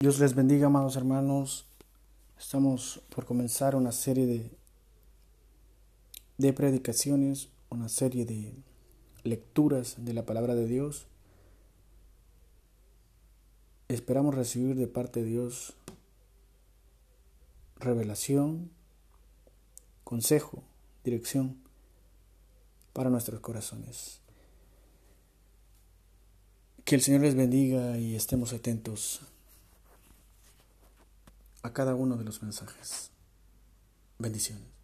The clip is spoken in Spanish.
Dios les bendiga, amados hermanos. Estamos por comenzar una serie de predicaciones, una serie de lecturas de la palabra de Dios. Esperamos recibir de parte de Dios revelación, consejo, dirección para nuestros corazones. Que el Señor les bendiga y estemos atentos a cada uno de los mensajes. Bendiciones.